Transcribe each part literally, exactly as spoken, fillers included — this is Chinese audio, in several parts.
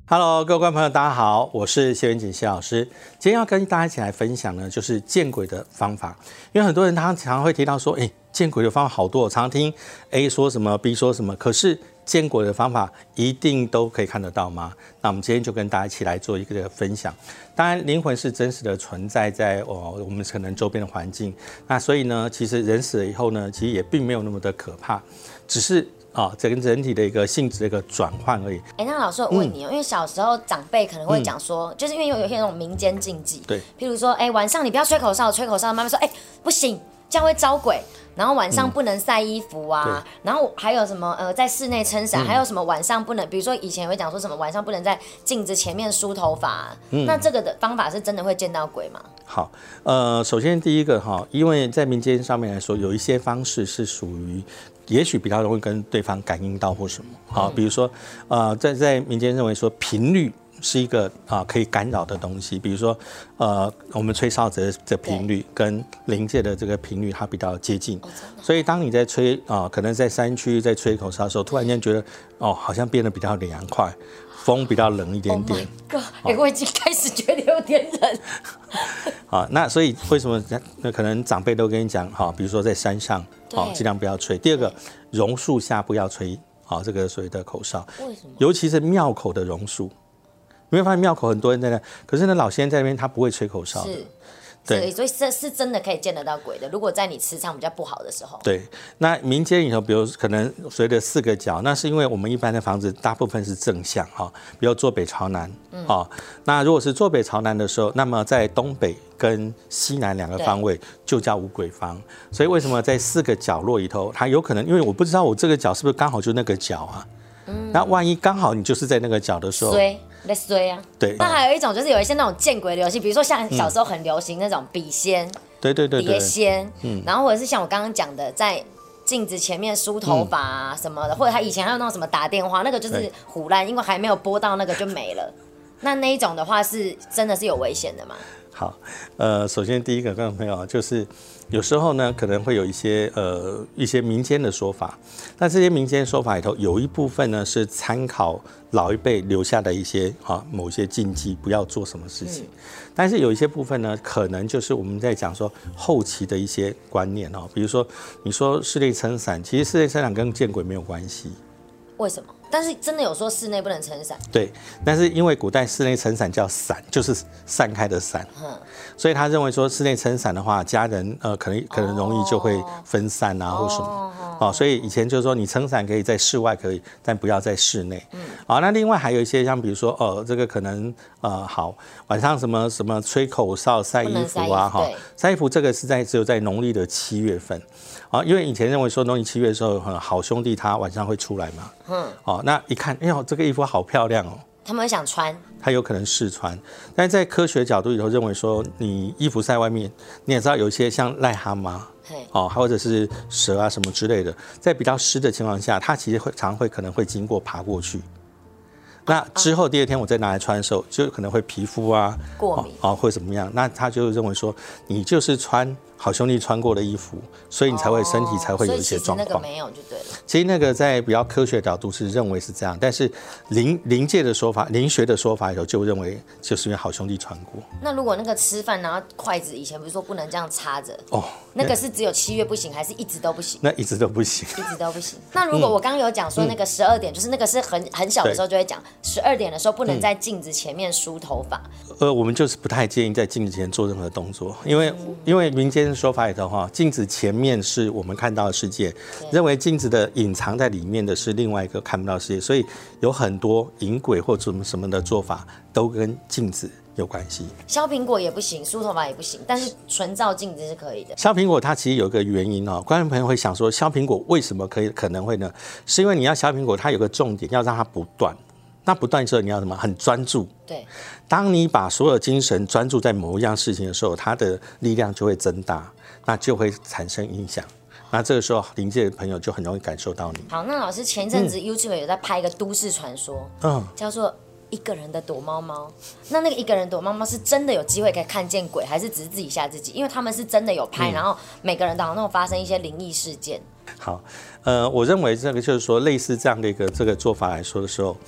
Hello， 各位观众朋友，大家好，我是谢元锦谢老师。今天要跟大家一起来分享呢，就是见鬼的方法。因为很多人他常常会提到说，哎，见鬼的方法好多，我常听 A 说什么 ，B 说什么，可是见鬼的方法一定都可以看得到吗？那我们今天就跟大家一起来做一个分享。当然，灵魂是真实的存在在哦我们可能周边的环境，那所以呢，其实人死了以后呢，其实也并没有那么的可怕，只是。啊，这跟人体的一个性质的一个转换而已。 哎、欸，那老师我问你哦、嗯，因为小时候长辈可能会讲说、嗯，就是因为有有些那种民间禁忌， 对， 譬如说，哎、欸，晚上你不要吹口哨，吹口哨，妈妈说，哎、欸，不行，这样会招鬼。然后晚上不能晒衣服啊，嗯、然后还有什么呃，在室内撑伞、嗯，还有什么晚上不能，比如说以前会讲说什么晚上不能在镜子前面梳头发、啊嗯，那这个的方法是真的会见到鬼吗？ 好，呃，首先第一个哈，因为在民间上面来说，有一些方式是属于。也许比较容易跟对方感应到或什么，好，比如说，呃，在在民间认为说频率是一个啊、呃、可以干扰的东西，比如说，呃，我们吹哨子的频率跟灵界的这个频率它比较接近，所以当你在吹啊、呃，可能在山区在吹口哨的时候，突然间觉得哦，好像变得比较凉快。风比较冷一点点。 Oh my god！ 哎、欸，我已经开始觉得有点冷。 好，那所以为什么那可能长辈都跟你讲，哈，比如说在山上，好，尽量不要吹。第二个，榕树下不要吹，好，这个所谓的口哨。 为什么？ 尤其是庙口的榕树，你会发现庙口很多人在那，可是呢，老先生在那边他不会吹口哨的。 是。对，所以这是真的可以见得到鬼的。如果在你磁场比较不好的时候， 对，那民间里头，比如可能所谓的四个角，那是因为我们一般的房子大部分是正向哈，比如坐北朝南，嗯，哦，那如果是坐北朝南的时候，那么在东北跟西南两个方位就叫五鬼方。所以为什么在四个角落里头，它有可能，因为我不知道我这个角是不是刚好就那个角啊？嗯，那万一刚好你就是在那个角的时候。 在衰啊， 对。 那还有一种就是有一些那种见鬼的游戏，比如说像小时候很流行那种笔仙， 对对对， 碟仙，嗯，然后或者是像我刚刚讲的，在镜子前面梳头发啊什么的，嗯、或者他以前还有那种什么打电话，那个就是唬烂，因为还没有拨到那个就没了。那那一种的话是真的是有危险的吗？ 好，呃，首先第一个，观众朋友就是有时候呢，可能会有一些呃一些民间的说法，那这些民间说法里头有一部分呢是参考老一辈留下的一些啊某些禁忌，不要做什么事情，嗯、但是有一些部分呢，可能就是我们在讲说后期的一些观念哦，比如说你说室内撑伞，其实室内撑伞跟见鬼没有关系。 为什么？但是真的有说室内不能撑伞。 对，但是因为古代室内撑伞叫伞，就是散开的伞，嗯、所以他认为说室内撑伞的话，家人呃可能可能容易就会分散啊、哦、或什么哦，所以以前就是说你撑伞可以在室外可以，但不要在室内。嗯，好，那另外还有一些像比如说哦，这个可能呃好晚上什么什么吹口哨、晒衣服啊哈，晒衣服这个是在只有在农历的七月份。啊，因为以前认为说农历七月的时候，好兄弟他晚上会出来嘛，嗯，哦，那一看，哎呦，这个衣服好漂亮哦， 他们会想穿， 他有可能试穿，但是在科学角度里头认为说，你衣服在外面，你也知道有一些像癞蛤蟆，哦，或者是蛇啊什么之类的，在比较湿的情况下，它其实会常会可能会经过爬过去。那之后第二天我再拿来穿的时候，就可能会皮肤啊过敏啊、哦、或者怎么样，那他就认为说你就是穿好兄弟穿过的衣服，所以你才会身体才会有一些状况。 所以其实那个没有就对了。 其实那个在比较科学角度是认为是这样，但是灵灵界的说法、灵学的说法里头就认为就是因为好兄弟穿过。 那如果那个吃饭然后筷子以前不是说不能这样插着哦，那个是只有七月不行，还是一直都不行？ 那一直都不行， 一直都不行。那如果我刚刚有讲说那个十二点、嗯，就是那个是很很小的时候就会讲，十二点的时候不能在镜子前面梳头发。 呃，我们就是不太建议在镜子前做任何动作，因为、嗯、因为民间说法里头哈，镜子前面是我们看到的世界，认为镜子的隐藏在里面的是另外一个看不到的世界，所以有很多引鬼或什么什么的做法都跟镜子有关系。 削苹果也不行，梳头发也不行，但是纯照镜子是可以的。 削苹果它其实有一个原因哦，观众朋友会想说，削苹果为什么可以可能会呢？是因为你要削苹果，它有个重点，要让它不断。那不断之后，你要什么？很专注。 对， 当你把所有精神专注在某一样事情的时候，它的力量就会增大，那就会产生影响。那这个时候，灵界的朋友就很容易感受到你。 好，那老师前一阵子 YouTube 有在拍一个都市传说，嗯，叫做一个人的躲猫猫。那那个一个人躲猫猫是真的有机会可以看见鬼，还是只是自己吓自己？因为他们是真的有拍，嗯、然后每个人都好像发生一些灵异事件。 好，呃，我认为这个就是说，类似这样的一个这个做法来说的时候。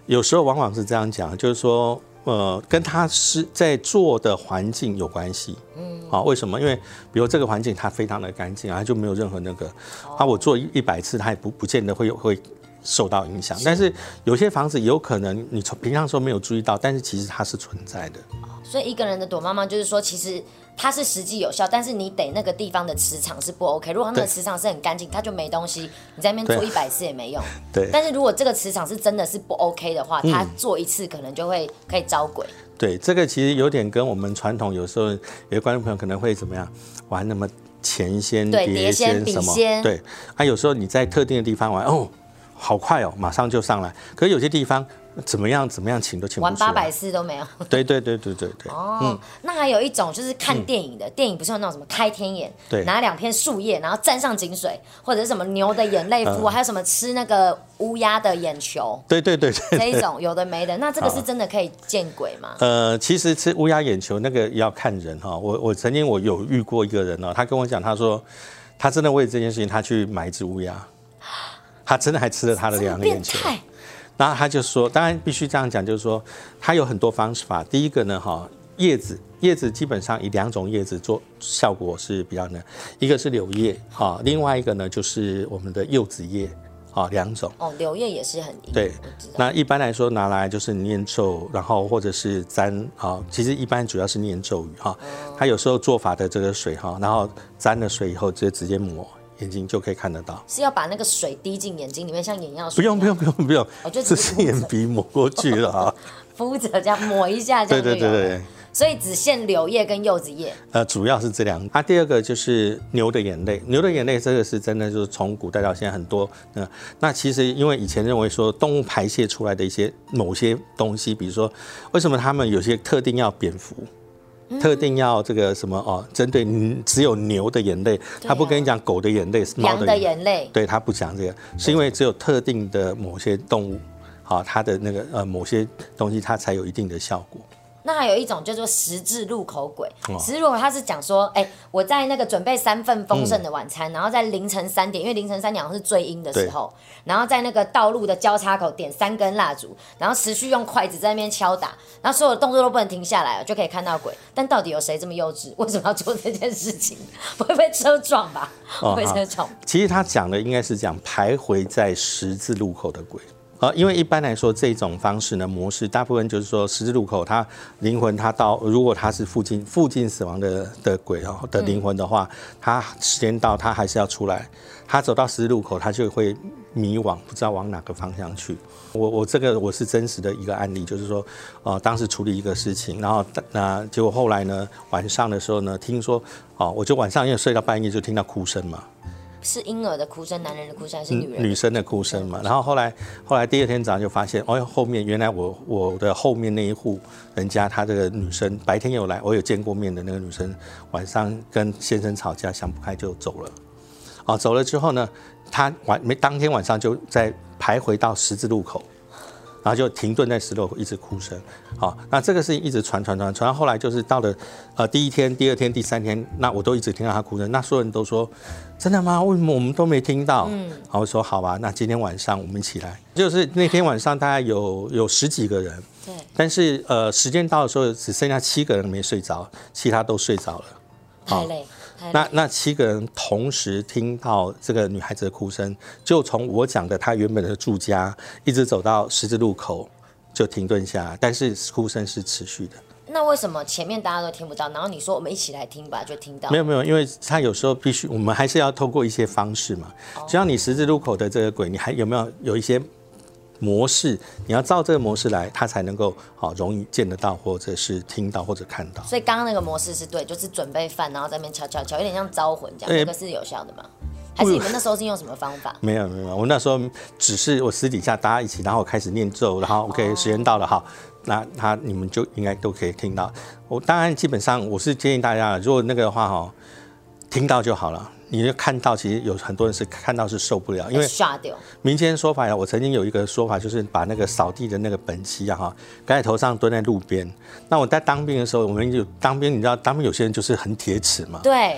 有时候往往是这样讲，就是说。呃，跟他是在做的环境有关系，嗯，啊，为什么？因为比如这个环境它非常的干净啊，就没有任何那个，啊，我做一百次，它也不不见得会有会受到影响。但是有些房子有可能你从平常时候没有注意到，但是其实它是存在的。 所以一个人的躲妈妈就是说，其实它是实际有效，但是你得那个地方的磁场是不 OK。如果那个磁场是很干净，它就没东西，你在那边做一百次也没用。 对。 但是如果这个磁场是真的是不 OK 的话，它做一次可能就会可以招鬼。 对，这个其实有点跟我们传统有时候有些观众朋友可能会怎么样玩那么钱仙、碟仙什么，对，啊，有时候你在特定的地方玩，哦，好快哦，马上就上来。可是有些地方怎么样怎么样请都请不出来， 玩八百次都没有。 对对对对对对。 哦，嗯、那还有一种就是看电影的，嗯、电影不是有那种什么开天眼， 对， 拿两片树叶，然后沾上井水，或者是什么牛的眼泪敷、嗯，还有什么吃那个乌鸦的眼球， 对对对对， 这一种有的没的，那这个是真的可以见鬼吗？ 呃，其实吃乌鸦眼球那个要看人哈，我我曾经我有遇过一个人哦，他跟我讲，他说他真的为这件事情，他去买一只乌鸦，他真的还吃了他的两个眼球。然后他就说，当然必须这样讲，就是说他有很多方法。第一个呢，哈，叶子叶子基本上以两种叶子做效果是比较难，一个是柳叶啊，另外一个呢就是我们的柚子叶啊，两种。哦， 柳叶也是很硬。 对，那一般来说拿来就是念咒，然后或者是沾啊，其实一般主要是念咒语哈。他有时候做法的这个水哈，然后沾了水以后直接直接抹。眼睛就可以看得到， 是要把那个水滴进眼睛里面，像眼药水。 不用不用不用不用，我就只是眼鼻抹过去了啊， 敷着这样抹一下，这样就有了。对对对对。所以只限柳叶跟柚子叶。呃， 主要是这两个。它、啊、第二个就是牛的眼泪，牛的眼泪这个是真的，就是从古代到现在很多。呃、那其实因为以前认为说动物排泄出来的一些某些东西，比如说为什么他们有些特定要蝙蝠？特定要这个什么哦，针对只有牛的眼泪，他不跟你讲狗的眼泪、 猫的眼泪， 对他不讲这个，是因为只有特定的某些动物，好，它的那个呃某些东西它才有一定的效果。 那还有一种叫做十字路口鬼，十字路口他是讲说，哎、欸，我在那个准备三份丰盛的晚餐，嗯、然后在凌晨三点，因为凌晨三点好像是最阴的时候，然后在那个道路的交叉口点三根蜡烛，然后持续用筷子在那边敲打，然后所有的动作都不能停下来，就可以看到鬼。但到底有谁这么幼稚？为什么要做这件事情？会被车撞吧？ 哦、 会被车撞。 其实他讲的应该是讲徘徊在十字路口的鬼。呃，因为一般来说这种方式呢模式，大部分就是说十字路口，他灵魂他到，如果他是附近附近死亡的的鬼哦的灵魂的话，他时间到他还是要出来，他走到十字路口，他就会迷惘，不知道往哪个方向去。我我这个我是真实的一个案例，就是说，呃，当时处理一个事情，然后那结果后来呢，晚上的时候呢，听说哦，我就晚上因为睡到半夜就听到哭声嘛。 是婴儿的哭声，男人的哭声还是女人的？ 女生的哭声嘛。然后后来，后来第二天早上就发现，哦，后面原来我我的后面那一户人家，她这个女生白天有来，我有见过面的那个女生，晚上跟先生吵架，想不开就走了。哦，走了之后呢，她晚没当天晚上就在徘徊到十字路口。然后就停顿在十字路口，一直哭声。好，那这个事情一直传传传传到后来，就是到了呃第一天、第二天、第三天，那我都一直听到他哭声。那所有人都说：“真的吗？为什么我们都没听到？”嗯，然后我说：“好吧，那今天晚上我们一起来。”就是那天晚上大概有有十几个人，对，但是呃时间到的时候只剩下七个人没睡着，其他都睡着了。 太累。 那那七个人同时听到这个女孩子的哭声，就从我讲的她原本的住家，一直走到十字路口，就停顿下来，但是哭声是持续的。 那为什么前面大家都听不到，然后你说我们一起来听吧，就听到？ 没有没有，因为他有时候必须，我们还是要透过一些方式嘛。就像你十字路口的这个鬼，你还有没有有一些模式，你要照这个模式来，他才能够好容易见得到，或者是听到或者看到。 所以刚刚那个模式是对，就是准备饭，然后在那边敲敲敲，有点像招魂这样，这个是有效的吗？还是你们那时候是用什么方法？ 没有没有，我那时候只是我私底下大家一起，然后我开始念咒，然后 OK 时间到了，好，那他你们就应该都可以听到。我当然基本上我是建议大家，如果那个的话哈，听到就好了。你就看到，其实有很多人是看到是受不了，因为民间说法呀，我曾经有一个说法，就是把那个扫地的那个本漆啊哈，盖在头上蹲在路边。那我在当兵的时候，我们就当兵，你知道当兵有些人就是很铁齿嘛， 对，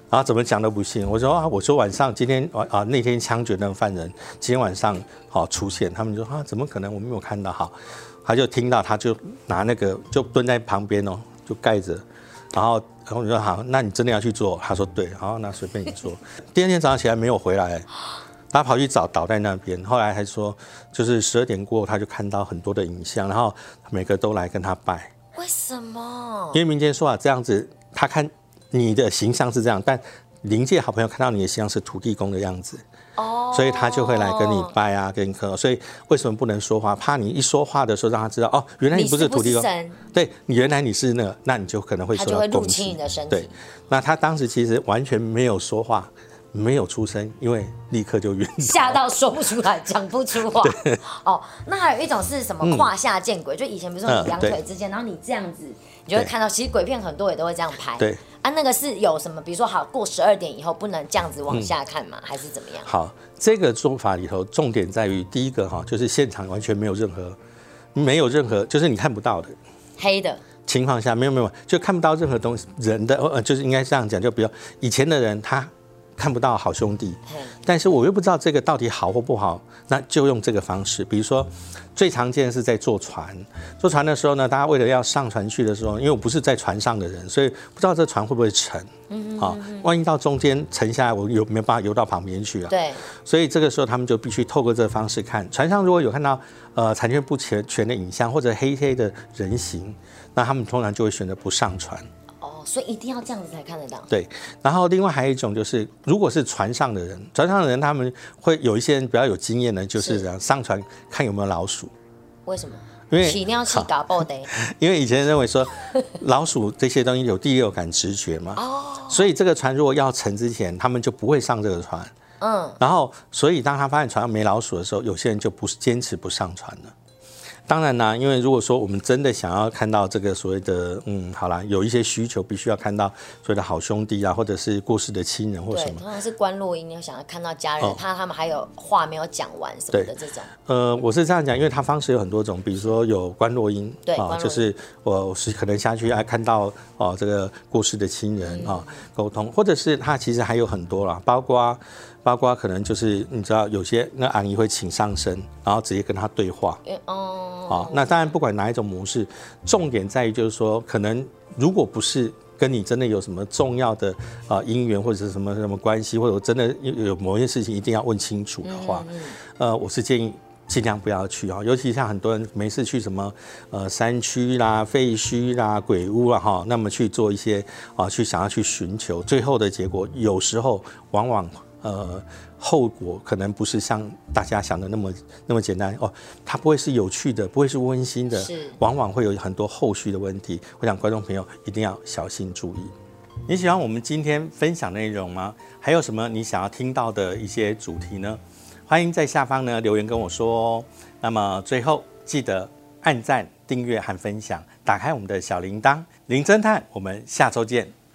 然后怎么讲都不信。我说啊，我说晚上今天啊那天枪决那个犯人今天晚上好、啊、出现，他们就说啊怎么可能，我没有看到。好，他就听到，他就拿那个就蹲在旁边哦，就盖着，然后然后我说好，那你真的要去做？他说对，好，那随便你做。第二天早上起来没有回来。他跑去找倒在那边，后来还说，就是十二点过后，他就看到很多的影像，然后每个都来跟他拜。 为什么？ 因为民间说啊，这样子，他看你的形象是这样，但灵界好朋友看到你的形象是土地公的样子，哦，所以他就会来跟你拜啊，跟你磕。所以为什么不能说话？怕你一说话的时候，让他知道哦，原来你不是土地公，对，原来你是那个，那你就可能会受到攻击，他就会入侵你的身体。 对，那他当时其实完全没有说话。没有出声，因为立刻就晕倒， 吓到说不出来，讲不出话。哦，那还有一种是什么胯下见鬼？嗯、就以前比如说你两腿之间，嗯、然后你这样子，你就会看到，其实鬼片很多也都会这样拍。 对啊，那个是有什么？比如说，好过十二点以后不能这样子往下看嘛，嗯、还是怎么样？ 好，这个做法里头重点在于第一个哈，就是现场完全没有任何，没有任何，就是你看不到的黑的。 情况下，没有没有，就看不到任何东西，人的呃，就是应该这样讲，就比如以前的人他。看不到好兄弟，但是我又不知道这个到底好或不好，那就用这个方式。比如说，最常见的是在坐船，坐船的时候呢，大家为了要上船去的时候，因为我不是在船上的人，所以不知道这船会不会沉，啊，万一到中间沉下来，我有没有办法游到旁边去啊？ 对， 所以这个时候他们就必须透过这个方式看。船上如果有看到呃残缺不全全的影像或者黑黑的人形，那他们通常就会选择不上船。 所以一定要这样子才看得到。 对，然后另外还有一种就是，如果是船上的人，船上的人他们会有一些人比较有经验的，就是这样上船看有没有老鼠。 为什么？ 因为起尿器搞爆的。 因为以前认为说老鼠这些东西有第六感直觉嘛，哦，所以这个船如果要沉之前，他们就不会上这个船。嗯，然后所以当他发现船上没老鼠的时候，有些人就不是坚持不上船了。当然啦，因为如果说我们真的想要看到这个所谓的，嗯，好啦，有一些需求必须要看到所谓的好兄弟啊，或者是过世的亲人或什么。 对，通常是观落阴，你想要看到家人，哦、怕他们还有话没有讲完什么的这种。 呃，我是这样讲，因为它方式有很多种，比如说有观落阴， 对，啊、 就是我是可能下去啊看到哦这个过世的亲人啊沟通，或者是它其实还有很多啦，包括。包括可能就是你知道有些那阿姨会请上身，然后直接跟他对话。哦，好，那当然不管哪一种模式，重点在于就是说，可能如果不是跟你真的有什么重要的啊姻缘或者是什么什么关系，或者真的有某些事情一定要问清楚的话，嗯嗯呃，我是建议尽量不要去啊，尤其像很多人没事去什么呃山区啦、废墟啦、鬼屋啦哈，那么去做一些啊，去想要去寻求，最后的结果有时候往往。呃，后果可能不是像大家想的那么那么简单哦，它不会是有趣的，不会是温馨的，往往会有很多后续的问题。我想观众朋友一定要小心注意。你喜欢我们今天分享的内容吗？还有什么你想要听到的一些主题呢？欢迎在下方呢留言跟我说哦。那么最后记得按赞、订阅和分享，打开我们的小铃铛，灵侦探，我们下周见。